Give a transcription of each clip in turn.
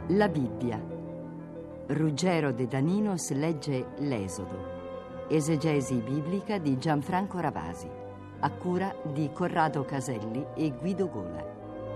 La Bibbia. Ruggero De Daninos legge l'Esodo. Esegesi biblica di Gianfranco Ravasi, a cura di Corrado Caselli e Guido Gola.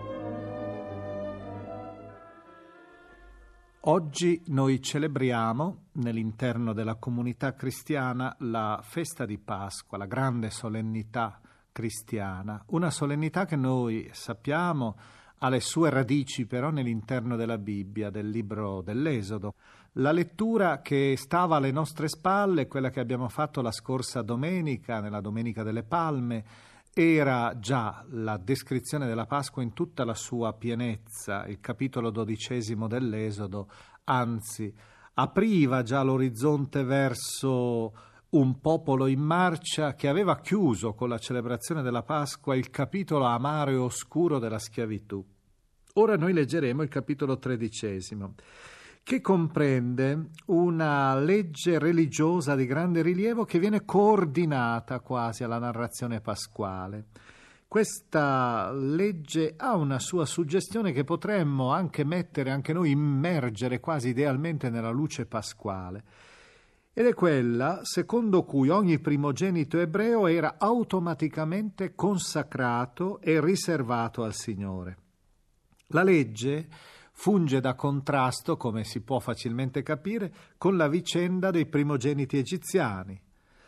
Oggi noi celebriamo nell'interno della comunità cristiana la festa di Pasqua, la grande solennità cristiana, una solennità che noi sappiamo ha le sue radici però nell'interno della Bibbia, del libro dell'Esodo. La lettura che stava alle nostre spalle, quella che abbiamo fatto la scorsa domenica, nella Domenica delle Palme, era già la descrizione della Pasqua in tutta la sua pienezza, il capitolo 12 dell'Esodo, anzi, apriva già l'orizzonte verso un popolo in marcia che aveva chiuso con la celebrazione della Pasqua il capitolo amaro e oscuro della schiavitù. Ora noi leggeremo il capitolo 13, che comprende una legge religiosa di grande rilievo che viene coordinata quasi alla narrazione pasquale. Questa legge ha una sua suggestione che potremmo anche mettere, anche noi immergere quasi idealmente nella luce pasquale. Ed è quella secondo cui ogni primogenito ebreo era automaticamente consacrato e riservato al Signore. La legge funge da contrasto, come si può facilmente capire, con la vicenda dei primogeniti egiziani.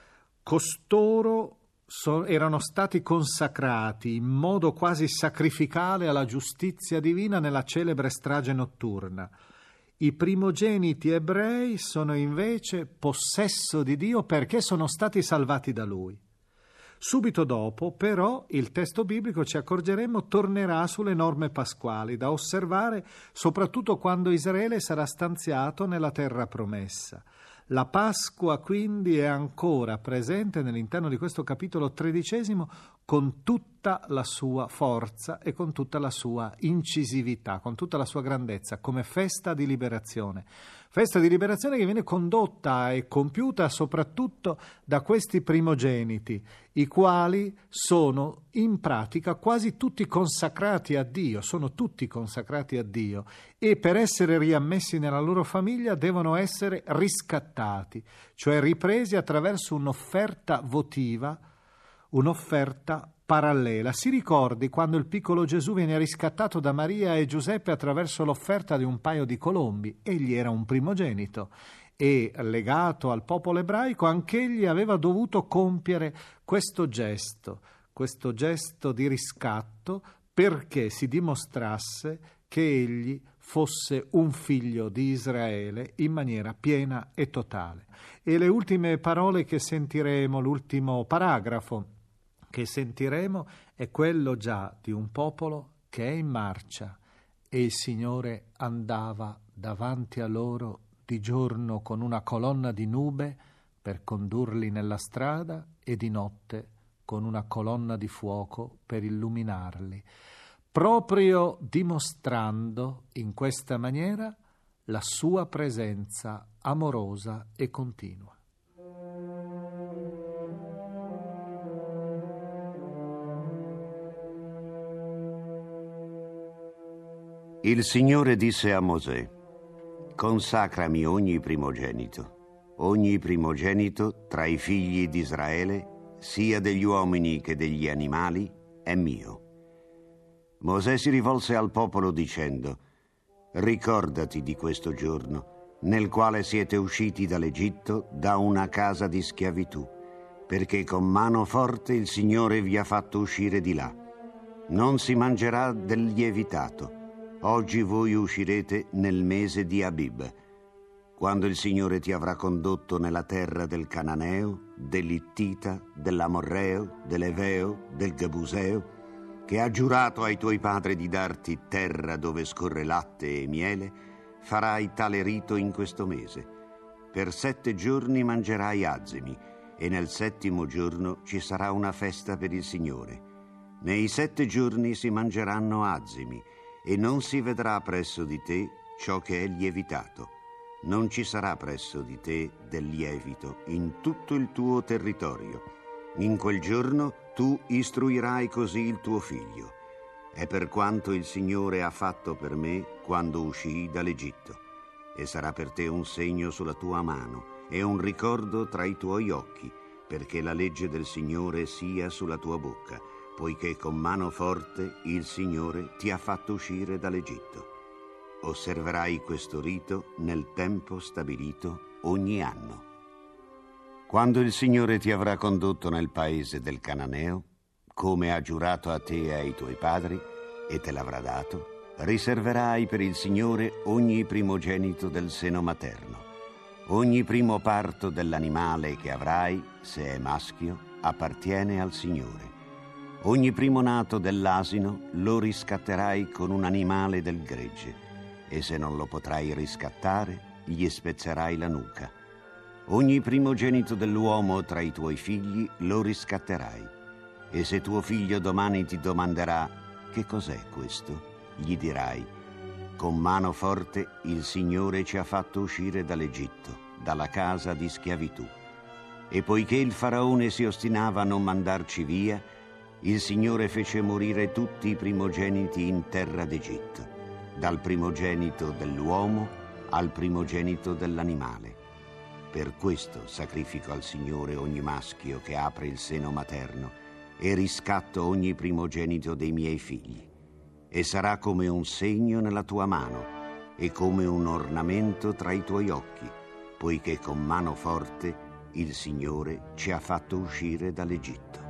Costoro erano stati consacrati in modo quasi sacrificale alla giustizia divina nella celebre strage notturna. I primogeniti ebrei sono invece possesso di Dio perché sono stati salvati da Lui. Subito dopo, però, il testo biblico, ci accorgeremo, tornerà sulle norme pasquali, da osservare soprattutto quando Israele sarà stanziato nella terra promessa. La Pasqua, quindi, è ancora presente nell'interno di questo capitolo 13 con tutta la sua forza e con tutta la sua incisività, con tutta la sua grandezza, come festa di liberazione. Festa di liberazione che viene condotta e compiuta soprattutto da questi primogeniti, i quali sono in pratica quasi tutti consacrati a Dio, sono tutti consacrati a Dio e per essere riammessi nella loro famiglia devono essere riscattati, cioè ripresi attraverso un'offerta votiva, un'offerta parallela. Si ricordi quando il piccolo Gesù viene riscattato da Maria e Giuseppe attraverso l'offerta di un paio di colombi. Egli era un primogenito e, legato al popolo ebraico, anch'egli aveva dovuto compiere questo gesto di riscatto, perché si dimostrasse che egli fosse un figlio di Israele in maniera piena e totale. E le ultime parole che sentiremo, l'ultimo paragrafo che sentiremo, è quello già di un popolo che è in marcia e il Signore andava davanti a loro di giorno con una colonna di nube per condurli nella strada e di notte con una colonna di fuoco per illuminarli, proprio dimostrando in questa maniera la sua presenza amorosa e continua. Il Signore disse a Mosè: consacrami ogni primogenito tra i figli di Israele, sia degli uomini che degli animali, è mio. Mosè si rivolse al popolo dicendo: ricordati di questo giorno, nel quale siete usciti dall'Egitto, da una casa di schiavitù, perché con mano forte il Signore vi ha fatto uscire di là. Non si mangerà del lievitato. Oggi voi uscirete nel mese di Abib, quando il Signore ti avrà condotto nella terra del Cananeo, dell'Ittita, dell'Amorreo, dell'Eveo, del Gebuseo, che ha giurato ai tuoi padri di darti terra dove scorre latte e miele. Farai tale rito in questo mese. Per 7 giorni mangerai azimi, e nel 7° giorno ci sarà una festa per il Signore. Nei 7 giorni si mangeranno azimi, e non si vedrà presso di te ciò che è lievitato. Non ci sarà presso di te del lievito in tutto il tuo territorio. In quel giorno tu istruirai così il tuo figlio. è per quanto il Signore ha fatto per me quando uscii dall'Egitto, e sarà per te un segno sulla tua mano e un ricordo tra i tuoi occhi, perché la legge del Signore sia sulla tua bocca, poiché con mano forte il Signore ti ha fatto uscire dall'Egitto. Osserverai questo rito nel tempo stabilito ogni anno. Quando il Signore ti avrà condotto nel paese del Cananeo, come ha giurato a te e ai tuoi padri, e te l'avrà dato, riserverai per il Signore ogni primogenito del seno materno. Ogni primo parto dell'animale che avrai, se è maschio, appartiene al Signore. Ogni primo nato dell'asino lo riscatterai con un animale del gregge, e se non lo potrai riscattare, gli spezzerai la nuca. Ogni primogenito dell'uomo tra i tuoi figli lo riscatterai. E se tuo figlio domani ti domanderà: che cos'è questo? Gli dirai: con mano forte il Signore ci ha fatto uscire dall'Egitto, dalla casa di schiavitù. E poiché il faraone si ostinava a non mandarci via, il Signore fece morire tutti i primogeniti in terra d'Egitto, dal primogenito dell'uomo al primogenito dell'animale. Per questo sacrifico al Signore ogni maschio che apre il seno materno e riscatto ogni primogenito dei miei figli. E sarà come un segno nella tua mano e come un ornamento tra i tuoi occhi, poiché con mano forte il Signore ci ha fatto uscire dall'Egitto.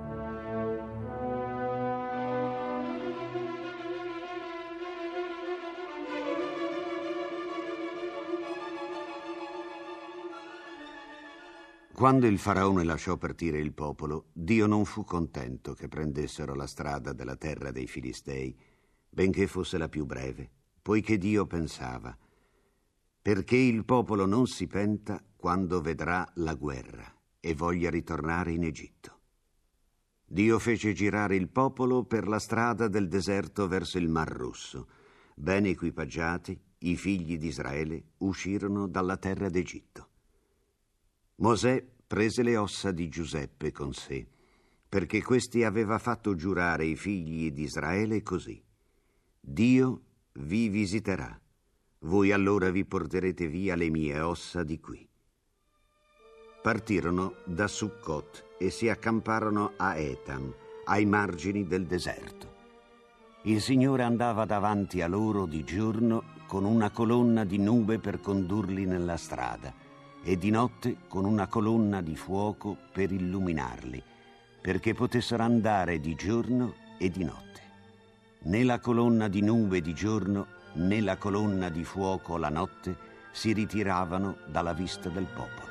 Quando il faraone lasciò partire il popolo, Dio non fu contento che prendessero la strada della terra dei Filistei, benché fosse la più breve, poiché Dio pensava: perché il popolo non si penta quando vedrà la guerra e voglia ritornare in Egitto. Dio fece girare il popolo per la strada del deserto verso il Mar Rosso. Ben equipaggiati, i figli di Israele uscirono dalla terra d'Egitto. Mosè prese le ossa di Giuseppe con sé, perché questi aveva fatto giurare i figli di Israele così: Dio vi visiterà, voi allora vi porterete via le mie ossa di qui. Partirono da Succot e si accamparono a Etam, ai margini del deserto. Il Signore andava davanti a loro di giorno con una colonna di nube per condurli nella strada, e di notte con una colonna di fuoco per illuminarli, perché potessero andare di giorno e di notte. Né la colonna di nube di giorno, né la colonna di fuoco la notte si ritiravano dalla vista del popolo.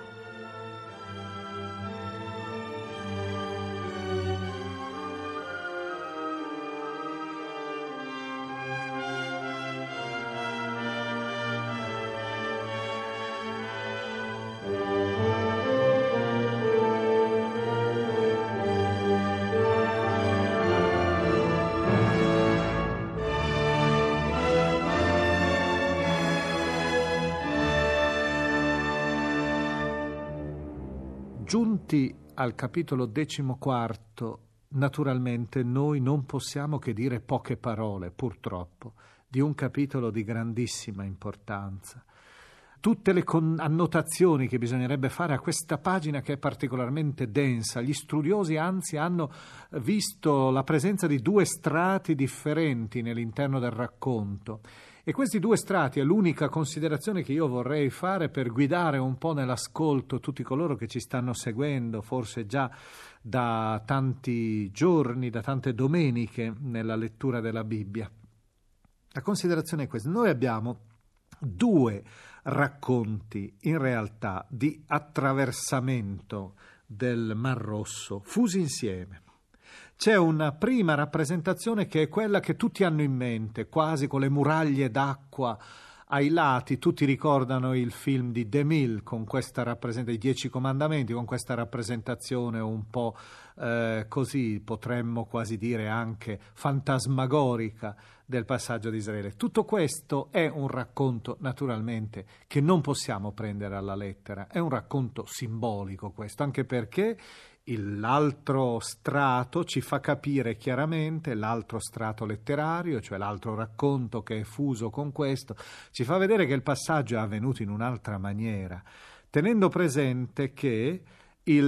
Giunti al capitolo 14, naturalmente noi non possiamo che dire poche parole, purtroppo, di un capitolo di grandissima importanza. Tutte le annotazioni che bisognerebbe fare a questa pagina, che è particolarmente densa. Gli studiosi anzi hanno visto la presenza di due strati differenti nell'interno del racconto. E questi due strati è l'unica considerazione che io vorrei fare per guidare un po' nell'ascolto tutti coloro che ci stanno seguendo, forse già da tanti giorni, da tante domeniche nella lettura della Bibbia. La considerazione è questa: noi abbiamo due racconti in realtà di attraversamento del Mar Rosso fusi insieme. C'è una prima rappresentazione che è quella che tutti hanno in mente, quasi con le muraglie d'acqua ai lati. Tutti ricordano il film di DeMille con questa rappresentazione, i 10 comandamenti, con questa rappresentazione un po' così, potremmo quasi dire anche fantasmagorica del passaggio di Israele. Tutto questo è un racconto, naturalmente, che non possiamo prendere alla lettera, è un racconto simbolico questo, anche perché L'altro strato ci fa capire chiaramente, l'altro strato letterario, cioè l'altro racconto che è fuso con questo, ci fa vedere che il passaggio è avvenuto in un'altra maniera, tenendo presente che il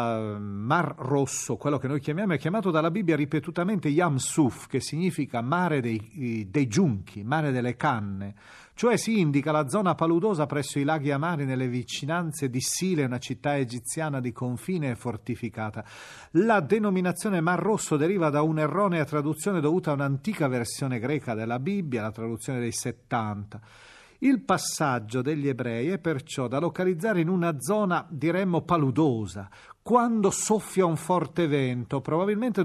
Mar Rosso, quello che noi chiamiamo, è chiamato dalla Bibbia ripetutamente Yam Suf, che significa mare dei giunchi, mare delle canne, cioè si indica la zona paludosa presso i laghi amari nelle vicinanze di Sile, una città egiziana di confine e fortificata. La denominazione Mar Rosso deriva da un'erronea traduzione dovuta a un'antica versione greca della Bibbia, la traduzione dei 70. Il passaggio degli ebrei è perciò da localizzare in una zona, diremmo, paludosa, quando soffia un forte vento, probabilmente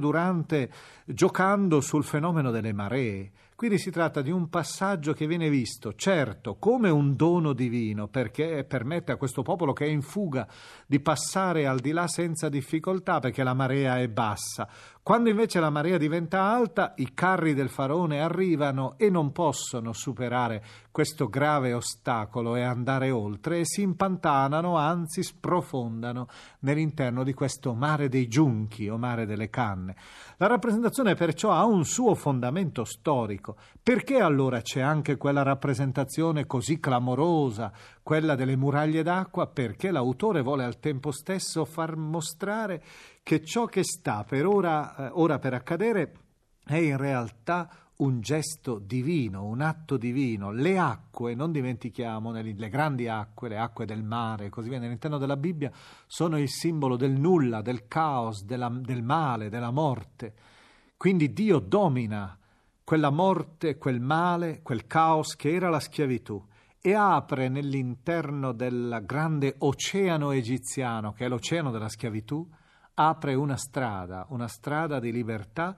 giocando sul fenomeno delle maree. Quindi si tratta di un passaggio che viene visto, certo, come un dono divino, perché permette a questo popolo che è in fuga di passare al di là senza difficoltà, perché la marea è bassa. Quando invece la marea diventa alta, i carri del faraone arrivano e non possono superare questo grave ostacolo e andare oltre, e si impantanano, anzi sprofondano nell'interno di questo mare dei giunchi o mare delle canne. La rappresentazione perciò ha un suo fondamento storico. Perché allora c'è anche quella rappresentazione così clamorosa, quella delle muraglie d'acqua? Perché l'autore vuole al tempo stesso far mostrare che ciò che sta per ora per accadere è in realtà un gesto divino, un atto divino. Le acque, non dimentichiamo, le grandi acque, le acque del mare, così via, all'interno della Bibbia, sono il simbolo del nulla, del caos, del male, della morte. Quindi Dio domina quella morte, quel male, quel caos che era la schiavitù, e apre nell'interno del grande oceano egiziano, che è l'oceano della schiavitù, apre una strada di libertà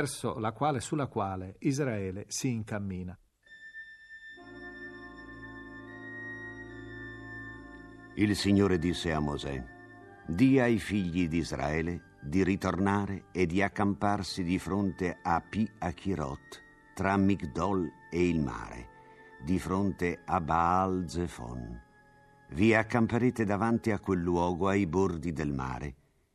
sulla quale Israele si incammina. Il Signore disse a Mosè: «Di ai figli di Israele di ritornare e di accamparsi di fronte a Pi-Achirot, tra Migdol e il mare, di fronte a Baal Zefon. Vi accamperete davanti a quel luogo ai bordi del mare.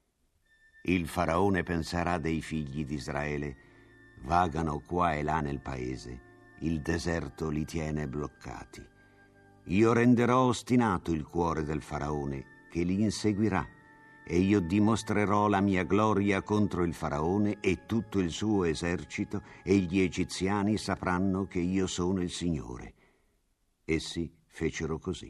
Il faraone penserà dei figli di Israele, vagano qua e là nel paese, il deserto li tiene bloccati. Io renderò ostinato il cuore del faraone, che li inseguirà, e io dimostrerò la mia gloria contro il faraone e tutto il suo esercito, e gli egiziani sapranno che io sono il Signore». Essi fecero così.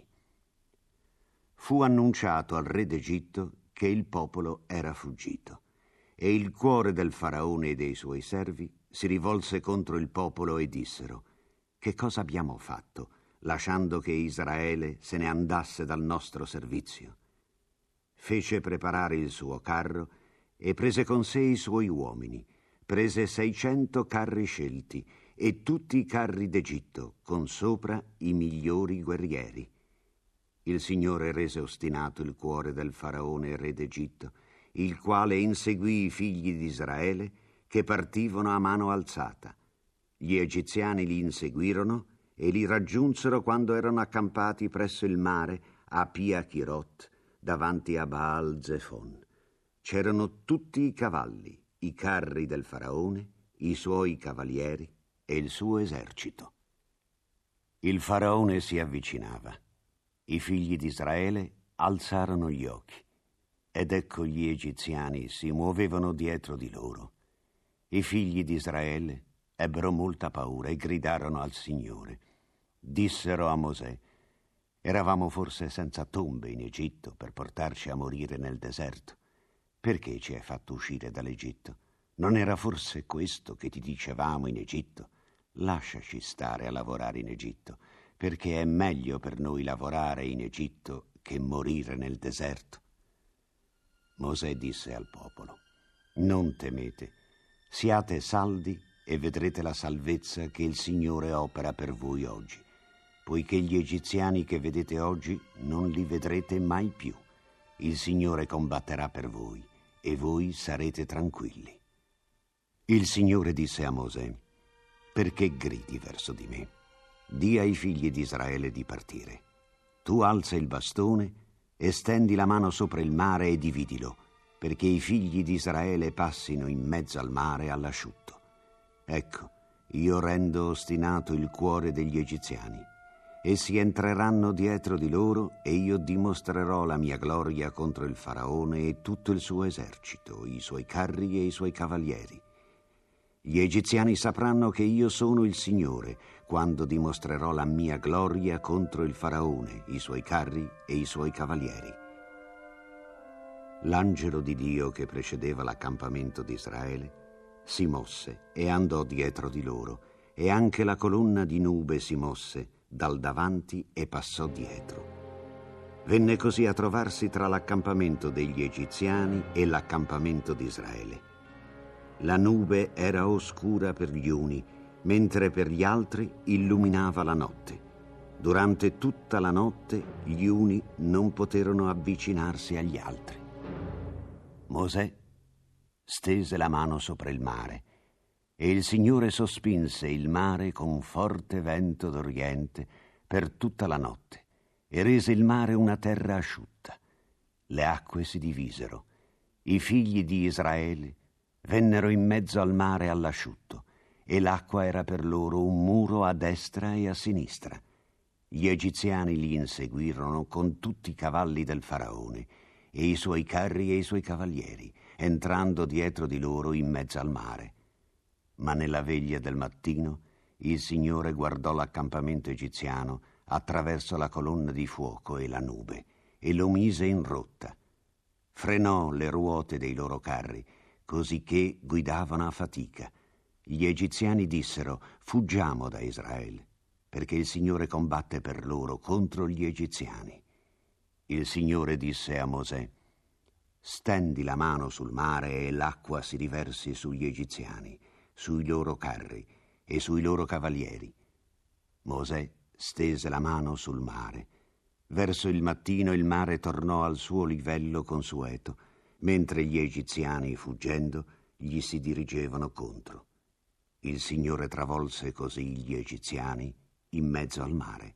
Fu annunciato al re d'Egitto che il popolo era fuggito, e il cuore del faraone e dei suoi servi si rivolse contro il popolo e dissero: «Che cosa abbiamo fatto, lasciando che Israele se ne andasse dal nostro servizio?» Fece preparare il suo carro e prese con sé i suoi uomini, prese 600 carri scelti e tutti i carri d'Egitto, con sopra i migliori guerrieri. Il Signore rese ostinato il cuore del faraone re d'Egitto, il quale inseguì i figli di Israele che partivano a mano alzata. Gli egiziani li inseguirono e li raggiunsero quando erano accampati presso il mare a Pi-Achirot, davanti a Baal Zefon. C'erano tutti i cavalli, i carri del faraone, i suoi cavalieri e il suo esercito. Il faraone si avvicinava. I figli di Israele alzarono gli occhi, ed ecco gli egiziani si muovevano dietro di loro. I figli di Israele ebbero molta paura e gridarono al Signore. Dissero a Mosè: «Eravamo forse senza tombe in Egitto per portarci a morire nel deserto? Perché ci hai fatto uscire dall'Egitto? Non era forse questo che ti dicevamo in Egitto? Lasciaci stare a lavorare in Egitto, perché è meglio per noi lavorare in Egitto che morire nel deserto». Mosè disse al popolo: «Non temete, siate saldi e vedrete la salvezza che il Signore opera per voi oggi, poiché gli egiziani che vedete oggi non li vedrete mai più. Il Signore combatterà per voi e voi sarete tranquilli». Il Signore disse a Mosè: «Perché gridi verso di me? Di ai figli di Israele di partire. Tu alza il bastone e stendi la mano sopra il mare e dividilo, perché i figli di Israele passino in mezzo al mare all'asciutto. Ecco, io rendo ostinato il cuore degli egiziani. Essi entreranno dietro di loro e io dimostrerò la mia gloria contro il faraone e tutto il suo esercito, i suoi carri e i suoi cavalieri. Gli egiziani sapranno che io sono il Signore quando dimostrerò la mia gloria contro il faraone, i suoi carri e i suoi cavalieri. L'angelo di Dio che precedeva l'accampamento di Israele si mosse e andò dietro di loro, e anche la colonna di nube si mosse dal davanti e passò dietro. Venne così a trovarsi tra l'accampamento degli egiziani e l'accampamento di Israele. La nube era oscura per gli uni, mentre per gli altri illuminava la notte. Durante tutta la notte gli uni non poterono avvicinarsi agli altri. Mosè stese la mano sopra il mare, e il Signore sospinse il mare con forte vento d'oriente per tutta la notte, e rese il mare una terra asciutta. Le acque si divisero. I figli di Israele vennero in mezzo al mare all'asciutto, e l'acqua era per loro un muro a destra e a sinistra. Gli egiziani li inseguirono con tutti i cavalli del faraone, e i suoi carri e i suoi cavalieri, entrando dietro di loro in mezzo al mare. Ma nella veglia del mattino il Signore guardò l'accampamento egiziano attraverso la colonna di fuoco e la nube, e lo mise in rotta. Frenò le ruote dei loro carri, cosicché guidavano a fatica. Gli egiziani dissero: «Fuggiamo da Israele, perché il Signore combatte per loro contro gli egiziani». Il Signore disse a Mosè: «Stendi la mano sul mare e l'acqua si riversi sugli egiziani, sui loro carri e sui loro cavalieri». Mosè stese la mano sul mare. Verso il mattino il mare tornò al suo livello consueto, mentre gli egiziani, fuggendo, gli si dirigevano contro. Il Signore travolse così gli egiziani in mezzo al mare.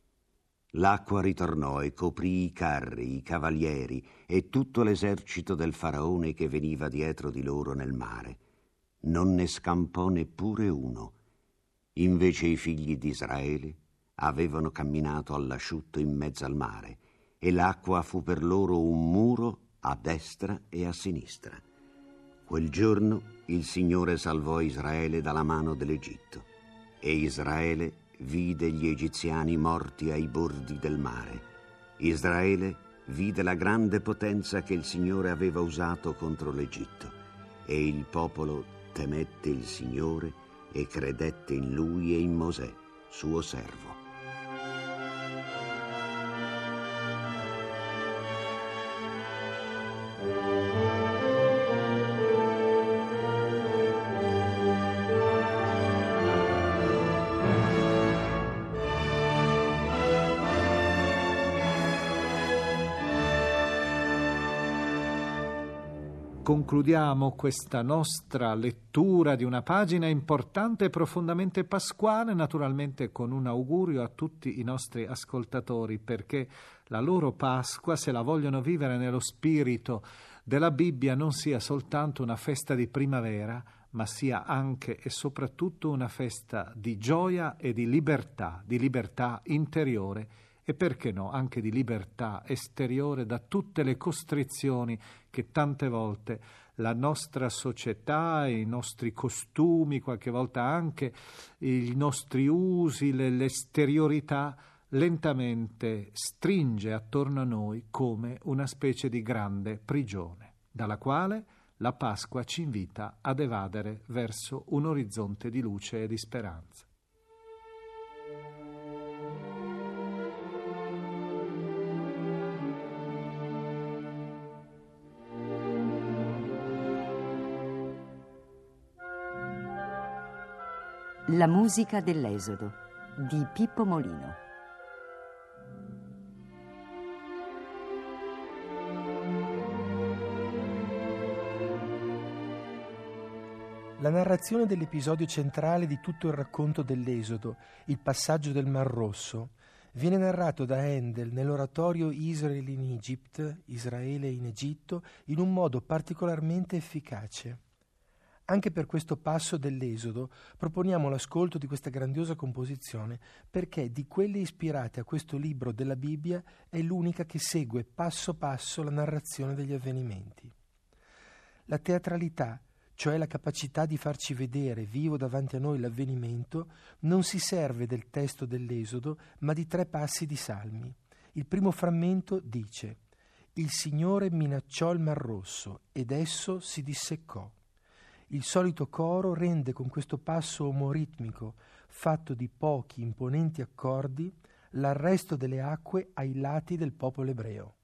L'acqua ritornò e coprì i carri, i cavalieri e tutto l'esercito del faraone che veniva dietro di loro nel mare. Non ne scampò neppure uno. Invece i figli di Israele avevano camminato all'asciutto in mezzo al mare, e l'acqua fu per loro un muro a destra e a sinistra. Quel giorno il Signore salvò Israele dalla mano dell'Egitto, e Israele vide gli egiziani morti ai bordi del mare. Israele vide la grande potenza che il Signore aveva usato contro l'Egitto, e il popolo temette il Signore e credette in Lui e in Mosè, suo servo. Concludiamo questa nostra lettura di una pagina importante e profondamente pasquale, naturalmente con un augurio a tutti i nostri ascoltatori, perché la loro Pasqua, se la vogliono vivere nello spirito della Bibbia, non sia soltanto una festa di primavera, ma sia anche e soprattutto una festa di gioia e di libertà interiore, e perché no, anche di libertà esteriore da tutte le costrizioni che tante volte la nostra società, i nostri costumi, qualche volta anche i nostri usi, l'esteriorità lentamente stringe attorno a noi come una specie di grande prigione, dalla quale la Pasqua ci invita ad evadere verso un orizzonte di luce e di speranza. La musica dell'Esodo di Pippo Molino. La narrazione dell'episodio centrale di tutto il racconto dell'Esodo, il passaggio del Mar Rosso, Viene narrato da Handel nell'oratorio Israel in Israele in Egitto, in un modo particolarmente efficace. Anche per questo passo dell'Esodo proponiamo l'ascolto di questa grandiosa composizione, perché di quelle ispirate a questo libro della Bibbia è l'unica che segue passo passo la narrazione degli avvenimenti. La teatralità, cioè la capacità di farci vedere vivo davanti a noi l'avvenimento, non si serve del testo dell'Esodo, ma di 3 passi di Salmi. Il primo frammento dice: «Il Signore minacciò il Mar Rosso ed esso si disseccò». Il solito coro rende con questo passo omoritmico, fatto di pochi imponenti accordi, l'arresto delle acque ai lati del popolo ebreo.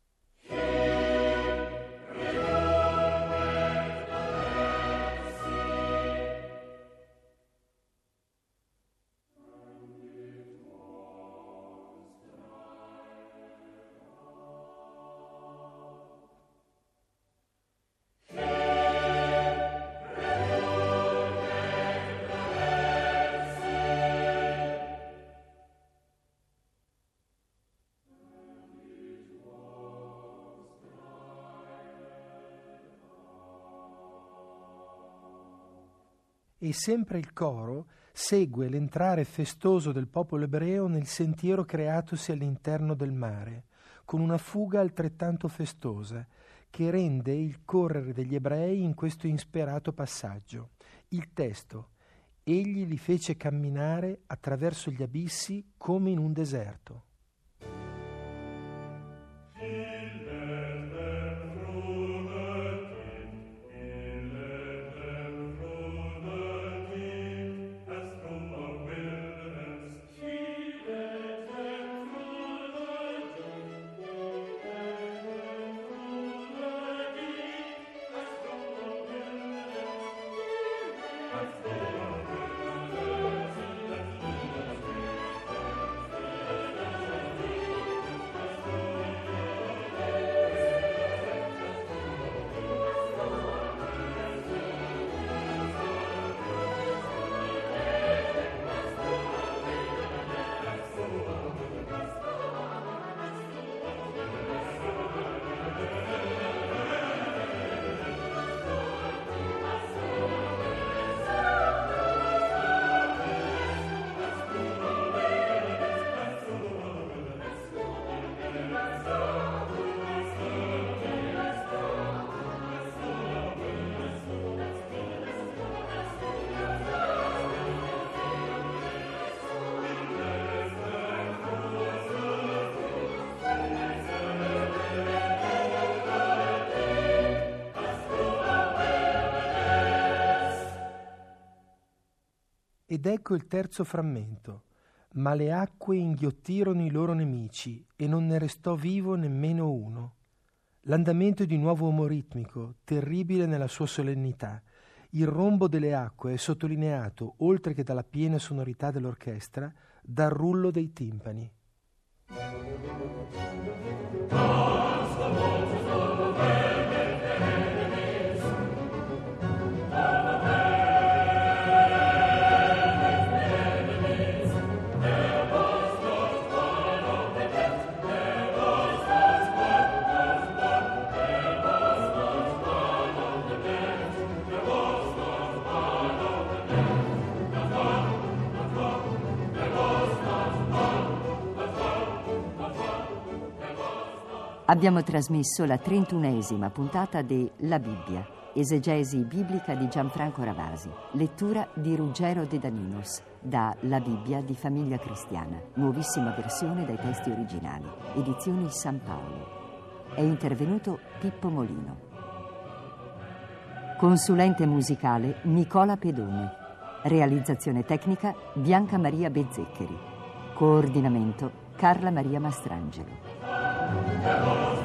E sempre il coro segue l'entrare festoso del popolo ebreo nel sentiero creatosi all'interno del mare, con una fuga altrettanto festosa, che rende il correre degli ebrei in questo insperato passaggio. Il testo: «Egli li fece camminare attraverso gli abissi come in un deserto». Ed ecco il terzo frammento. Ma le acque inghiottirono i loro nemici e non ne restò vivo nemmeno uno. L'andamento è di nuovo omoritmico, terribile nella sua solennità. Il rombo delle acque è sottolineato, oltre che dalla piena sonorità dell'orchestra, dal rullo dei timpani. Abbiamo trasmesso la 31esima puntata di La Bibbia, esegesi biblica di Gianfranco Ravasi, lettura di Ruggero De Daninos, da La Bibbia di Famiglia Cristiana, nuovissima versione dai testi originali, edizioni San Paolo. È intervenuto Pippo Molino. Consulente musicale Nicola Pedone. Realizzazione tecnica Bianca Maria Bezzeccheri. Coordinamento Carla Maria Mastrangelo.